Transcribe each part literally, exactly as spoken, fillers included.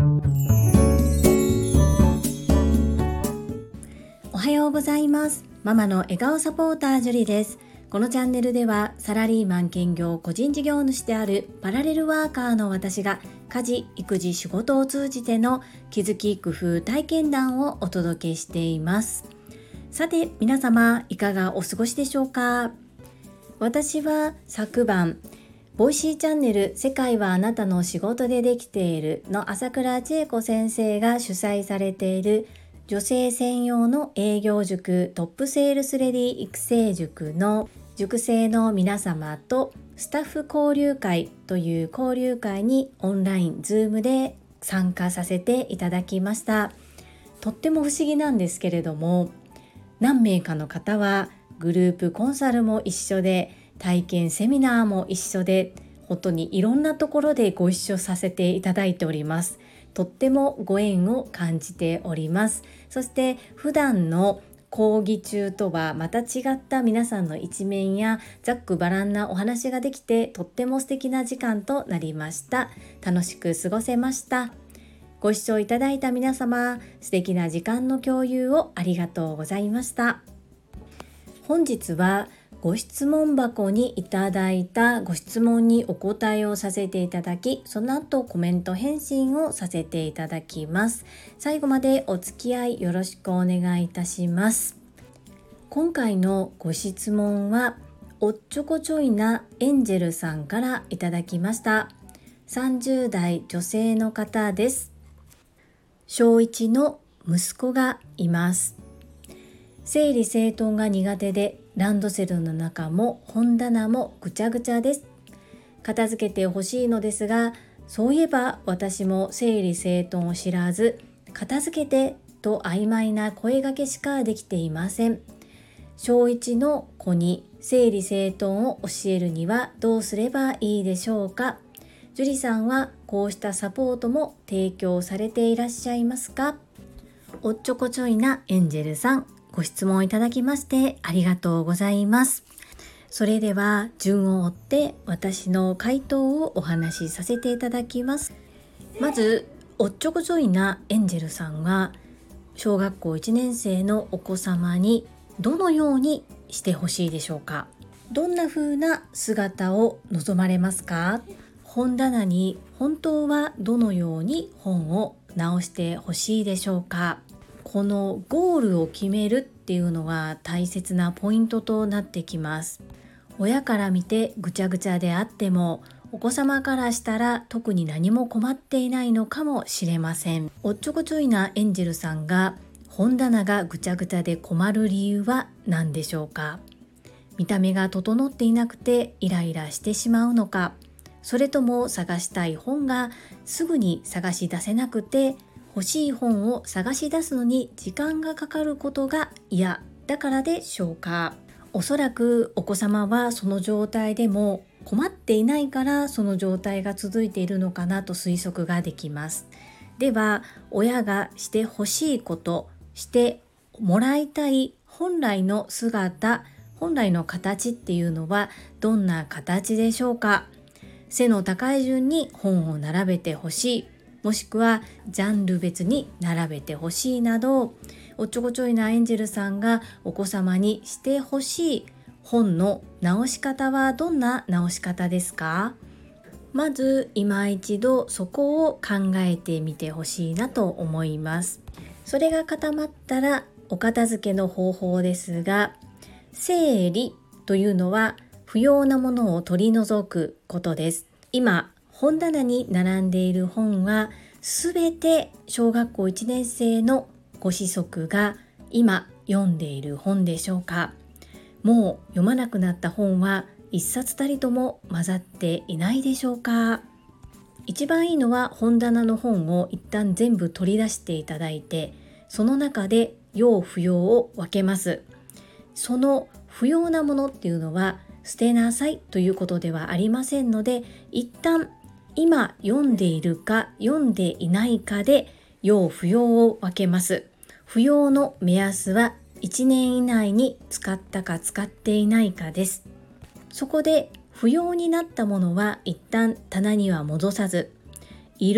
おはようございます。ママの笑顔サポータージュリです。このチャンネルではサラリーマン兼業個人事業主であるパラレルワーカーの私が家事・育児・仕事を通じての気づき・工夫・体験談をお届けしています。さて皆様いかがお過ごしでしょうか。私は昨晩ボイシーチャンネル世界はあなたの仕事でできているの朝倉千恵子先生が主催されている女性専用の営業塾トップセールスレディ育成塾の塾生の皆様とスタッフ交流会という交流会にオンラインズームで参加させていただきました。とっても不思議なんですけれども、何名かの方はグループコンサルも一緒で体験セミナーも一緒で本当にいろんなところでご一緒させていただいております。とってもご縁を感じております。そして普段の講義中とはまた違った皆さんの一面やざっくばらんなお話ができてとっても素敵な時間となりました。楽しく過ごせました。ご視聴いただいた皆様、素敵な時間の共有をありがとうございました。本日はご質問箱にいただいたご質問にお答えをさせていただき、その後コメント返信をさせていただきます。最後までお付き合いよろしくお願いいたします。今回のご質問はおっちょこちょいなエンジェルさんからいただきました。さんじゅう代女性の方です。小いちの息子がいます。整理整頓が苦手でランドセルの中も本棚もぐちゃぐちゃです。片付けてほしいのですが、そういえば私も整理整頓を知らず、片付けてと曖昧な声掛けしかできていません。小いちの子に整理整頓を教えるにはどうすればいいでしょうか。ジュリさんはこうしたサポートも提供されていらっしゃいますか。おっちょこちょいなエンジェルさん、ご質問いただきましてありがとうございます。それでは順を追って私の回答をお話しさせていただきます。まずおっちょこちょいなエンジェルさんは小学校いちねん生のお子様にどのようにしてほしいでしょうか。どんな風な姿を望まれますか。本棚に本当はどのように本を直してほしいでしょうか。このゴールを決めるっていうのが大切なポイントとなってきます。親から見てぐちゃぐちゃであっても、お子様からしたら特に何も困っていないのかもしれません。おっちょこちょいなエンジェルさんが本棚がぐちゃぐちゃで困る理由は何でしょうか。見た目が整っていなくてイライラしてしまうのか、それとも探したい本がすぐに探し出せなくて欲しい本を探し出すのに時間がかかることが嫌だからでしょうか。おそらくお子様はその状態でも困っていないからその状態が続いているのかなと推測ができます。では親がしてほしいこと、してもらいたい本来の姿、本来の形っていうのはどんな形でしょうか。背の高い順に本を並べてほしい、もしくはジャンル別に並べてほしいなど、おっちょこちょいなエンジェルさんがお子様にしてほしい本の直し方はどんな直し方ですか。まず今一度そこを考えてみてほしいなと思います。それが固まったらお片付けの方法ですが、整理というのは不要なものを取り除くことです。今本棚に並んでいる本はすべて小学校いちねん生のご子息が今読んでいる本でしょうか。もう読まなくなった本は一冊たりとも混ざっていないでしょうか。一番いいのは本棚の本を一旦全部取り出していただいて、その中で要不要を分けます。その不要なものっていうのは捨てなさいということではありませんので、一旦今読んでいるか読んでいないかで要不要を分けます。不要の目安はいちねん以内に使ったか使っていないかです。そこで不要になったものは一旦棚には戻さず、いる、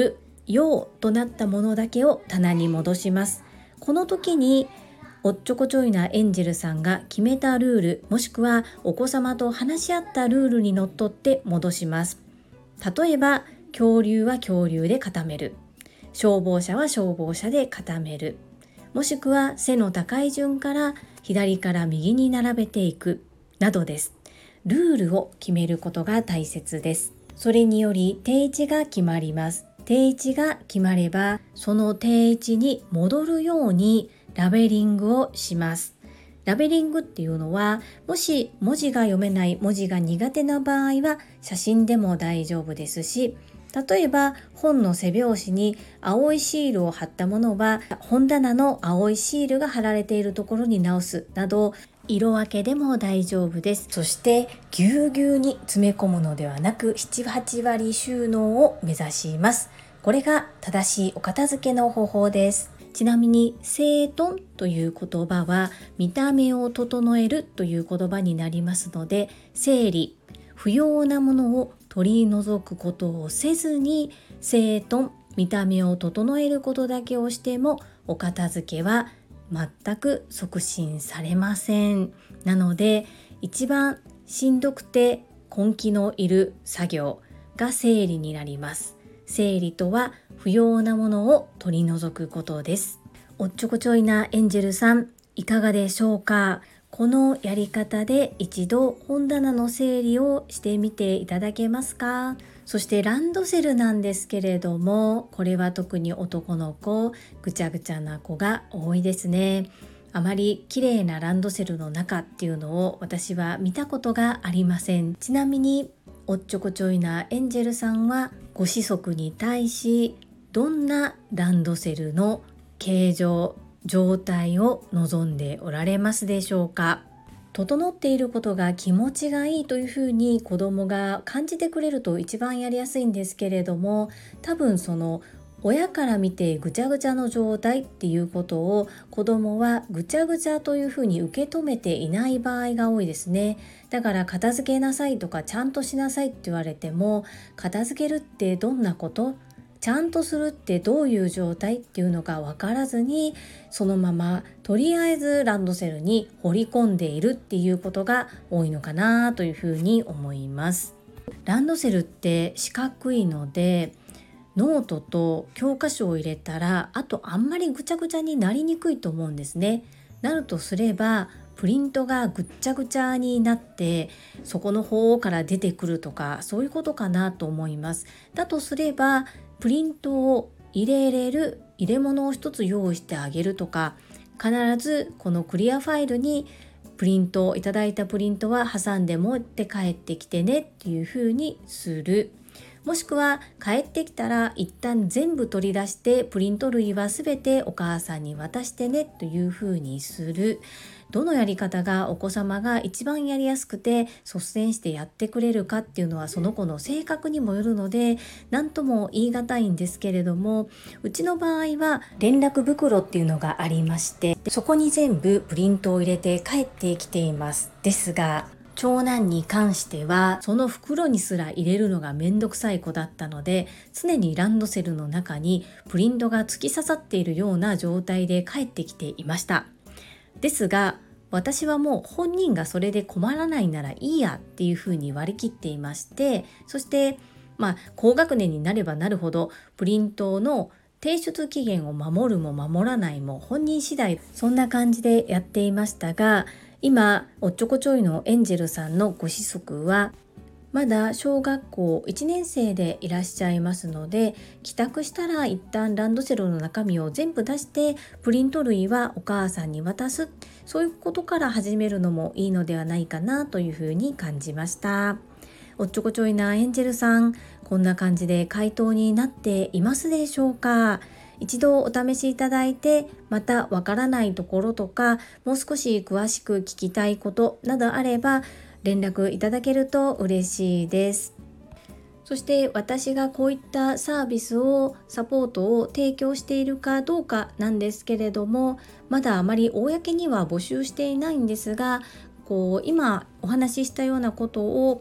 用となったものだけを棚に戻します。この時におっちょこちょいなエンジェルさんが決めたルール、もしくはお子様と話し合ったルールにのっとって戻します。例えば恐竜は恐竜で固める、消防車は消防車で固める、もしくは背の高い順から左から右に並べていくなどです。ルールを決めることが大切です。それにより定位置が決まります。定位置が決まれば、その定位置に戻るようにラベリングをします。ラベリングっていうのは、もし文字が読めない、文字が苦手な場合は写真でも大丈夫ですし、例えば本の背表紙に青いシールを貼ったものは本棚の青いシールが貼られているところに直すなど、色分けでも大丈夫です。そしてぎゅうぎゅうに詰め込むのではなく、なな、はち割収納を目指します。これが正しいお片付けの方法です。ちなみに整頓という言葉は見た目を整えるという言葉になりますので、整理、不要なものを取り除くことをせずに整頓、見た目を整えることだけをしてもお片付けは全く促進されません。なので一番しんどくて根気のいる作業が整理になります。整理とは不要なものを取り除くことです。おっちょこちょいなエンジェルさん、いかがでしょうか。このやり方で一度本棚の整理をしてみていただけますか。そしてランドセルなんですけれども、これは特に男の子、ぐちゃぐちゃな子が多いですね。あまり綺麗なランドセルの中っていうのを私は見たことがありません。ちなみにおっちょこちょいなエンジェルさんはご子息に対しどんなランドセルの形状、状態を望んでおられますでしょうか。整っていることが気持ちがいいというふうに子供が感じてくれると一番やりやすいんですけれども、多分その親から見てぐちゃぐちゃの状態っていうことを子供はぐちゃぐちゃというふうに受け止めていない場合が多いですね。だから片付けなさいとかちゃんとしなさいって言われても、片付けるってどんなこと？ちゃんとするってどういう状態っていうのが分からずに、そのままとりあえずランドセルに放り込んでいるっていうことが多いのかなというふうに思います。ランドセルって四角いので、ノートと教科書を入れたらあとあんまりぐちゃぐちゃになりにくいと思うんですね。なるとすればプリントがぐっちゃぐちゃになってそこの方から出てくるとか、そういうことかなと思います。だとすればプリントを入れれる入れ物を一つ用意してあげるとか、必ずこのクリアファイルにプリントをいただいたプリントは挟んで持って帰ってきてねっていう風にする。もしくは帰ってきたら一旦全部取り出してプリント類はすべてお母さんに渡してねというふうにする。どのやり方がお子様が一番やりやすくて率先してやってくれるかっていうのはその子の性格にもよるので何とも言い難いんですけれども、うちの場合は連絡袋っていうのがありまして、そこに全部プリントを入れて帰ってきています。ですが長男に関してはその袋にすら入れるのがめんどくさい子だったので、常にランドセルの中にプリントが突き刺さっているような状態で帰ってきていました。ですが私はもう本人がそれで困らないならいいやっていうふうに割り切っていまして、そしてまあ高学年になればなるほどプリントの提出期限を守るも守らないも本人次第、そんな感じでやっていましたが、今おっちょこちょいのエンジェルさんのご子息はまだ小学校いちねん生でいらっしゃいますので、帰宅したら一旦ランドセルの中身を全部出してプリント類はお母さんに渡す、そういうことから始めるのもいいのではないかなというふうに感じました。おっちょこちょいなエンジェルさん、こんな感じで回答になっていますでしょうか。一度お試しいただいて、またわからないところとかもう少し詳しく聞きたいことなどあれば連絡いただけると嬉しいです。そして私がこういったサービスをサポートを提供しているかどうかなんですけれども、まだあまり公には募集していないんですが、こう今お話ししたようなことを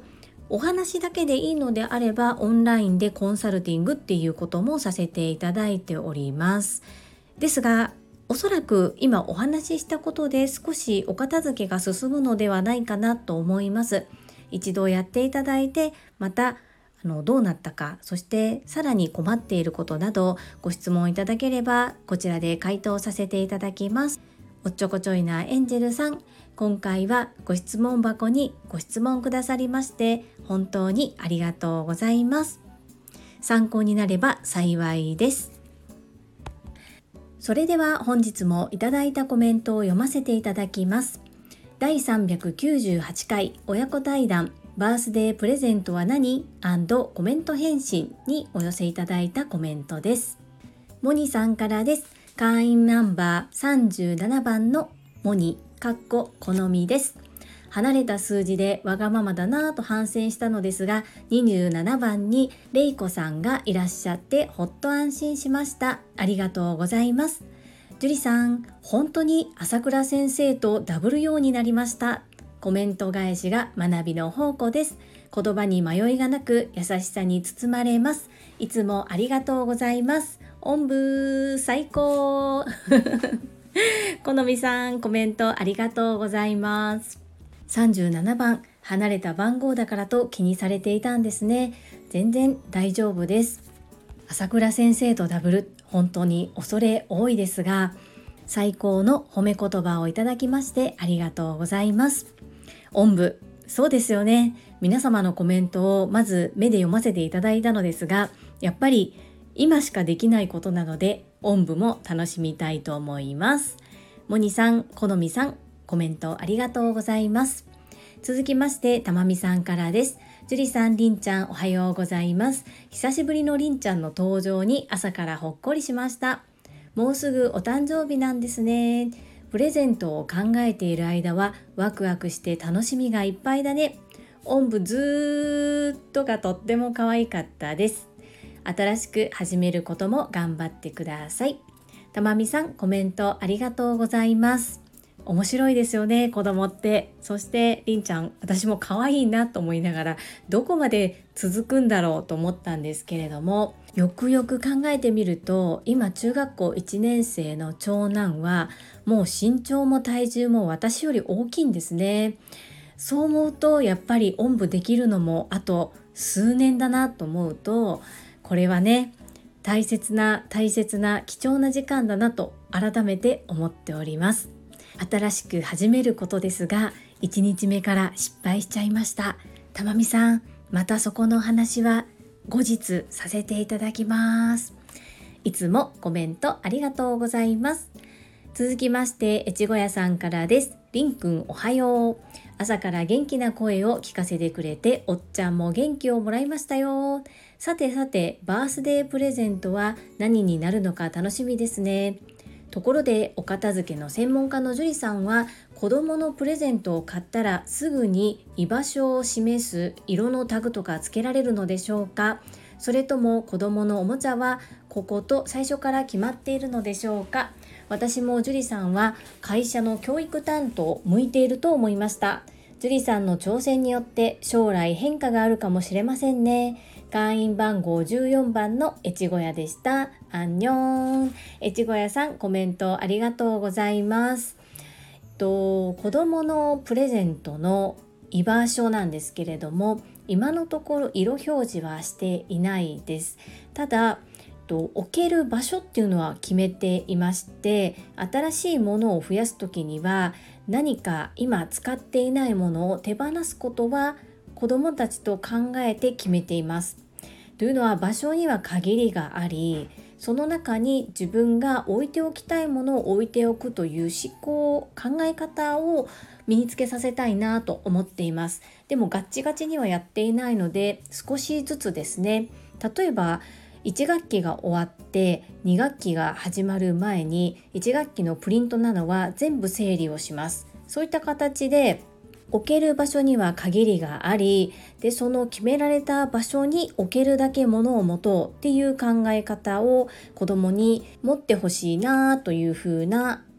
お話だけでいいのであればオンラインでコンサルティングっていうこともさせていただいております。ですがおそらく今お話ししたことで少しお片付けが進むのではないかなと思います。一度やっていただいて、またあのどうなったか、そしてさらに困っていることなどご質問いただければこちらで回答させていただきます。おっちょこちょいなエンジェルさん、今回はご質問箱にご質問くださりまして本当にありがとうございます。参考になれば幸いです。それでは本日もいただいたコメントを読ませていただきます。だいさんびゃくきゅうじゅうはちかい親子対談バースデープレゼントは何？&コメント返信にお寄せいただいたコメントです。モニさんからです。会員ナンバーさんじゅうななばんのモニかっこ好みです。離れた数字でわがままだなぁと反省したのですが、にじゅうななばんにれいこさんがいらっしゃってほっと安心しました。ありがとうございます。樹里さん、本当に朝倉先生とダブるようになりました。コメント返しが学びの宝庫です。言葉に迷いがなく優しさに包まれます。いつもありがとうございます。おんぶ最高好みさん、コメントありがとうございます。さんじゅうななばん、離れた番号だからと気にされていたんですね。全然大丈夫です。朝倉先生とダブル、本当に恐れ多いですが、最高の褒め言葉をいただきましてありがとうございます。おんぶ、そうですよね。皆様のコメントをまず目で読ませていただいたのですが、やっぱり今しかできないことなので、おんぶも楽しみたいと思います。モニさん、好みさん、コメントありがとうございます。続きまして、たまみさんからです。樹里さん、りんちゃん、おはようございます。久しぶりのりんちゃんの登場に朝からほっこりしました。もうすぐお誕生日なんですね。プレゼントを考えている間はワクワクして楽しみがいっぱいだね。おんぶずーっとがとっても可愛かったです。新しく始めることも頑張ってください。たまみさん、コメントありがとうございます。面白いですよね、子供って。そしてりんちゃん、私も可愛いなと思いながらどこまで続くんだろうと思ったんですけれども、よくよく考えてみると、今中学校いちねん生の長男はもう身長も体重も私より大きいんですね。そう思うとやっぱりおんぶできるのもあと数年だなと思うと、これはね、大切な大切な貴重な時間だなと改めて思っております。新しく始めることですが、いちにちめから失敗しちゃいました。たまみさん、またそこの話は後日させていただきます。いつもコメントありがとうございます。続きまして越後屋さんからです。りんくんおはよう。朝から元気な声を聞かせてくれておっちゃんも元気をもらいましたよ。さてさて、バースデープレゼントは何になるのか楽しみですね。ところでお片付けの専門家の樹里さんは、子どものプレゼントを買ったらすぐに居場所を示す色のタグとかつけられるのでしょうか。それとも子どものおもちゃはここと最初から決まっているのでしょうか。私も樹里さんは会社の教育担当向いていると思いました。樹里さんの挑戦によって将来変化があるかもしれませんね。会員番号じゅうよんばんの越後屋でした。アンニョン。越後屋さん、コメントありがとうございます。と子どものプレゼントの居場所なんですけれども、今のところ色表示はしていないです。ただと置ける場所っていうのは決めていまして、新しいものを増やすときには何か今使っていないものを手放すことは子どもたちと考えて決めています。というのは場所には限りがあり、その中に自分が置いておきたいものを置いておくという思考、考え方を身につけさせたいなと思っています。でもガッチガチにはやっていないので、少しずつですね。例えばいち学期が終わってに学期が始まる前にいち学期のプリントなどは全部整理をします。そういった形で置ける場所には限りがあり、でその決められた場所に置けるだけ物を持とうっていう考え方を子どもに持ってほしいなというふうな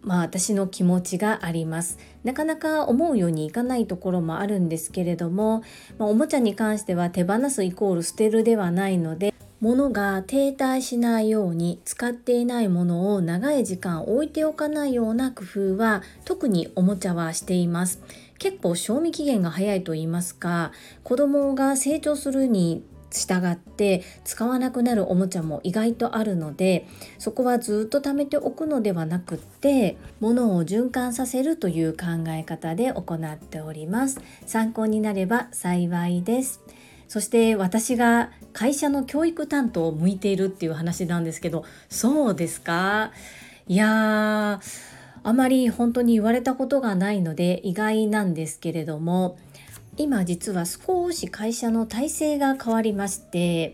まあ私の気持ちがあります。なかなか思うようにいかないところもあるんですけれども、まあ、おもちゃに関しては手放すイコール捨てるではないので、物が停滞しないように使っていないものを長い時間置いておかないような工夫は特におもちゃはしています。結構賞味期限が早いと言いますか、子供が成長するに従って使わなくなるおもちゃも意外とあるので、そこはずっと貯めておくのではなくって物を循環させるという考え方で行っております。参考になれば幸いです。そして私が会社の教育担当を向いているっていう話なんですけど、そうですか？いやーあまり本当に言われたことがないので意外なんですけれども、今実は少し会社の体制が変わりまして、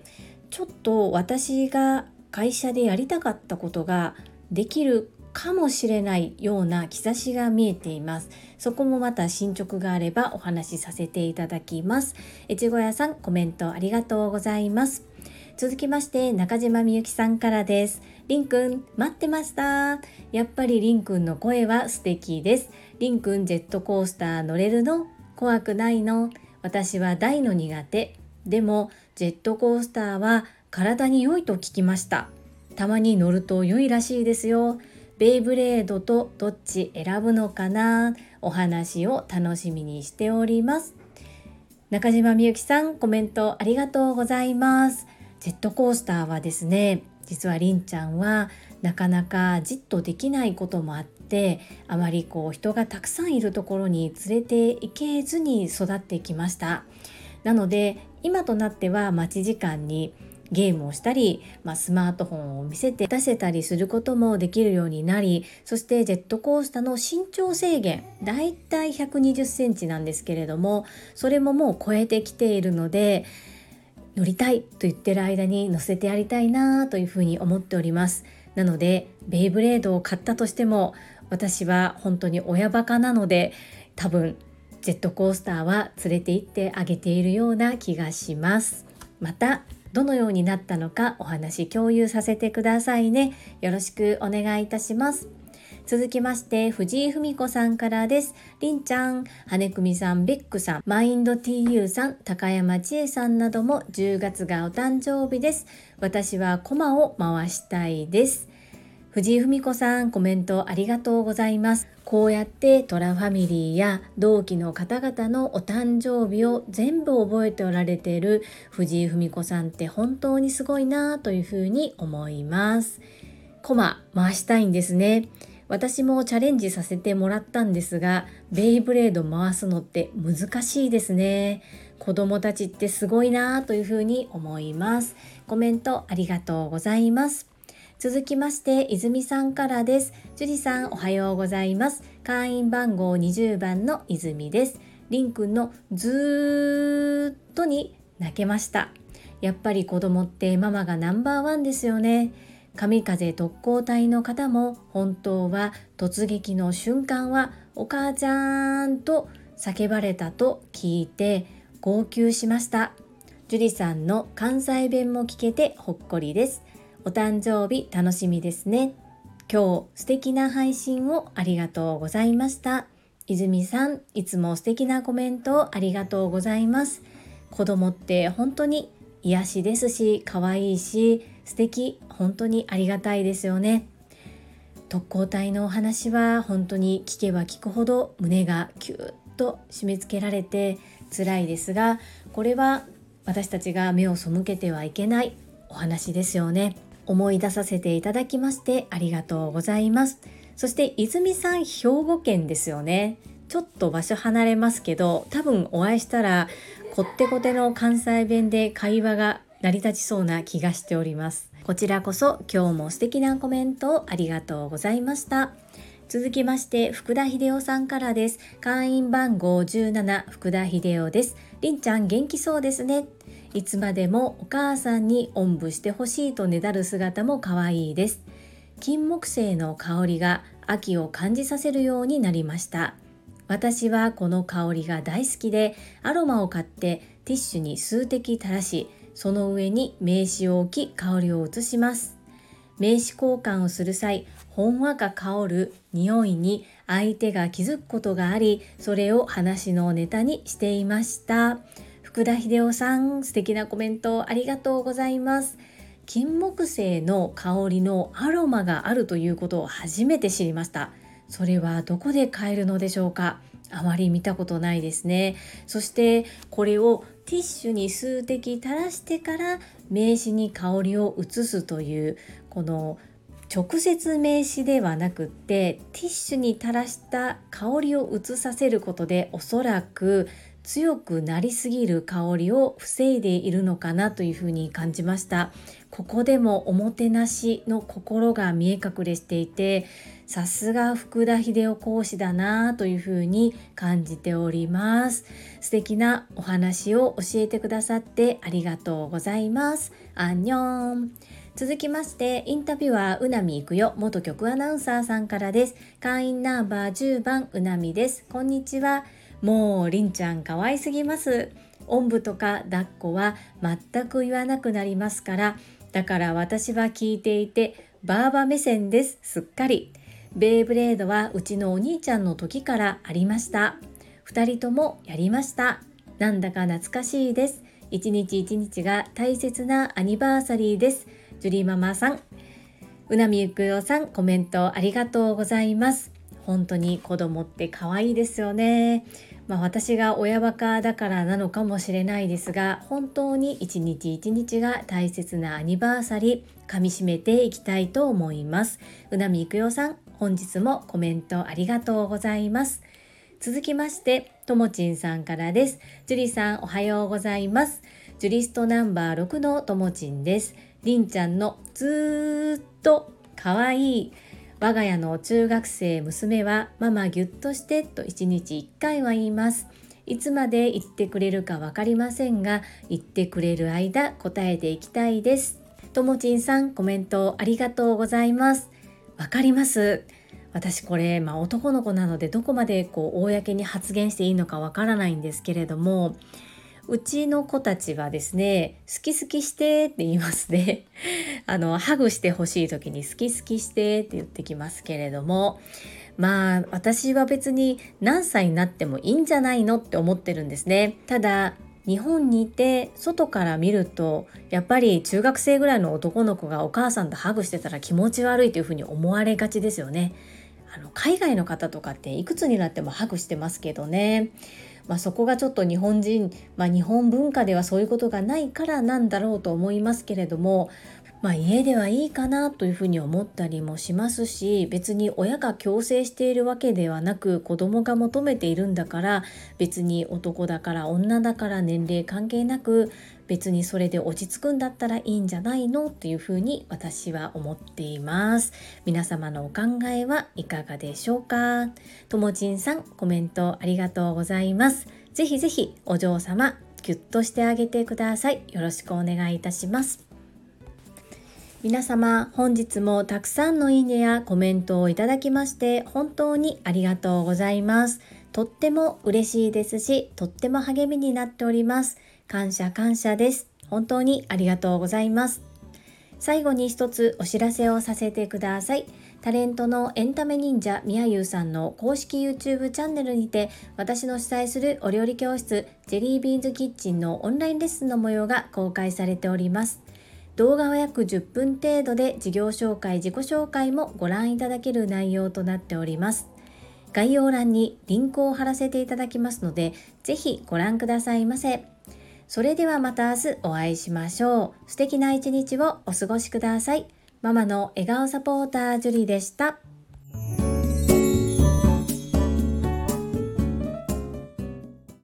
ちょっと私が会社でやりたかったことができるかもしれないような兆しが見えています。そこもまた進捗があればお話しさせていただきます。越後屋さん、コメントありがとうございます。続きまして中島みゆきさんからです。りんくん待ってました。やっぱりりんくんの声は素敵です。りんくんジェットコースター乗れるの？怖くないの？私は大の苦手。でもジェットコースターは体に良いと聞きました。たまに乗ると良いらしいですよ。ベイブレードとどっち選ぶのかな？お話を楽しみにしております。中島みゆきさん、コメントありがとうございます。ジェットコースターはですね、実はりんちゃんはなかなかじっとできないこともあって、あまりこう人がたくさんいるところに連れて行けずに育ってきました。なので今となっては待ち時間にゲームをしたり、まあ、スマートフォンを見せて出せたりすることもできるようになり、そしてジェットコースターの身長制限だいたいひゃくにじゅっセンチなんですけれども、それももう超えてきているので、乗りたいと言ってる間に乗せてやりたいなというふうに思っております。なのでベイブレードを買ったとしても、私は本当に親バカなので、多分ジェットコースターは連れて行ってあげているような気がします。またどのようになったのかお話共有させてくださいね。よろしくお願いいたします。続きまして藤井文子さんからです。りんちゃん、はねくみさん、ベックさん、マインド ティーユー さん、高山千恵さんなどもじゅうがつがお誕生日です。私はコマを回したいです。藤井文子さん、コメントありがとうございます。こうやってトラファミリーや同期の方々のお誕生日を全部覚えておられている藤井文子さんって本当にすごいなというふうに思います。コマ回したいんですね。私もチャレンジさせてもらったんですが、ベイブレード回すのって難しいですね。子供たちってすごいなというふうに思います。コメントありがとうございます。続きまして泉さんからです。ジュリさん、おはようございます。会員番号にじゅうばんの泉です。りんくんのずーっとに泣けました。やっぱり子供ってママがナンバーワンですよね。神風特攻隊の方も本当は突撃の瞬間はお母ちゃんと叫ばれたと聞いて号泣しました。ジュリさんの関西弁も聞けてほっこりです。お誕生日楽しみですね。今日素敵な配信をありがとうございました。泉さん、いつも素敵なコメントをありがとうございます。子供って本当に癒しですし、可愛いし、素敵、本当にありがたいですよね。特攻隊のお話は本当に聞けば聞くほど胸がキューッと締め付けられて辛いですが、これは私たちが目を背けてはいけないお話ですよね。思い出させていただきましてありがとうございます。そして泉さん、兵庫県ですよね。ちょっと場所離れますけど、多分お会いしたらこってこての関西弁で会話が成り立ちそうな気がしております。こちらこそ今日も素敵なコメントをありがとうございました。続きまして福田秀夫さんからです。会員番号じゅうなな、福田秀夫です。りんちゃん元気そうですね。いつまでもお母さんにおんぶしてほしいとねだる姿も可愛いです。金木犀の香りが秋を感じさせるようになりました。私はこの香りが大好きで、アロマを買ってティッシュに数滴垂らし、その上に名刺を置き香りを移します。 名刺交換をする際、ほんわか香る匂いに相手が気づくことがあり、それを話のネタにしていました。福田秀夫さん、素敵なコメントありがとうございます。金木犀の香りのアロマがあるということを初めて知りました。それはどこで買えるのでしょうか。あまり見たことないですね。そしてこれをティッシュに数滴垂らしてから名刺に香りを移すという、この直接名刺ではなくってティッシュに垂らした香りを移させることで、おそらく強くなりすぎる香りを防いでいるのかなというふうに感じました。ここでもおもてなしの心が見え隠れしていて、さすが福田秀夫講師だなというふうに感じております。素敵なお話を教えてくださってありがとうございます。アンニョン。続きましてインタビュアーうなみいくよ元局アナウンサーさんからです。会員ナンバーじゅうばんうなみです。こんにちは。もうりんちゃん可愛すぎます。おんぶとか抱っこは全く言わなくなりますから、だから私は聞いていてバーバ目線です。すっかり。ベイブレードはうちのお兄ちゃんの時からありました。二人ともやりました。なんだか懐かしいです。一日一日が大切なアニバーサリーです。ジュリママさん、うなみゆくよさん、コメントありがとうございます。本当に子供って可愛いですよね。まあ、私が親バカだからなのかもしれないですが、本当に一日一日が大切なアニバーサリー、噛み締めていきたいと思います。うなみいくよさん、本日もコメントありがとうございます。続きましてともちんさんからです。ジュリさん、おはようございます。ジュリストナンバーろくのともちんです。りんちゃんのずーっとかわいい我が家の中学生娘はママギュッとしてといちにちいっかいは言います。いつまで言ってくれるかわかりませんが、言ってくれる間答えていきたいです。ともちんさん、コメントありがとうございます。わかります。私これ、まあ、男の子なのでどこまでこう公に発言していいのかわからないんですけれども、うちの子たちはですね、好き好きしてって言いますね。あのハグしてほしい時に好き好きしてって言ってきますけれども、まあ私は別に何歳になってもいいんじゃないのって思ってるんですね。ただ日本にいて外から見ると、やっぱり中学生ぐらいの男の子がお母さんとハグしてたら気持ち悪いというふうに思われがちですよね。あの海外の方とかっていくつになってもハグしてますけどね。まあ、そこがちょっと日本人、まあ、日本文化ではそういうことがないからなんだろうと思いますけれども、まあ、家ではいいかなというふうに思ったりもしますし、別に親が強制しているわけではなく、子供が求めているんだから、別に男だから女だから年齢関係なく、別にそれで落ち着くんだったらいいんじゃないのというふうに私は思っています。皆様のお考えはいかがでしょうか。ともちんさん、コメントありがとうございます。ぜひぜひお嬢様ギュッとしてあげてください。よろしくお願いいたします。皆様、本日もたくさんのいいねやコメントをいただきまして本当にありがとうございます。とっても嬉しいですし、とっても励みになっております。感謝感謝です。本当にありがとうございます。最後に一つお知らせをさせてください。タレントのエンタメ忍者みやゆうさんの公式 YouTube チャンネルにて、私の主催するお料理教室ジェリービーンズキッチンのオンラインレッスンの模様が公開されております。動画は約じゅっぷん程度で、事業紹介、自己紹介もご覧いただける内容となっております。概要欄にリンクを貼らせていただきますので、ぜひご覧くださいませ。それではまた明日お会いしましょう。素敵な一日をお過ごしください。ママの笑顔サポータージュリでした。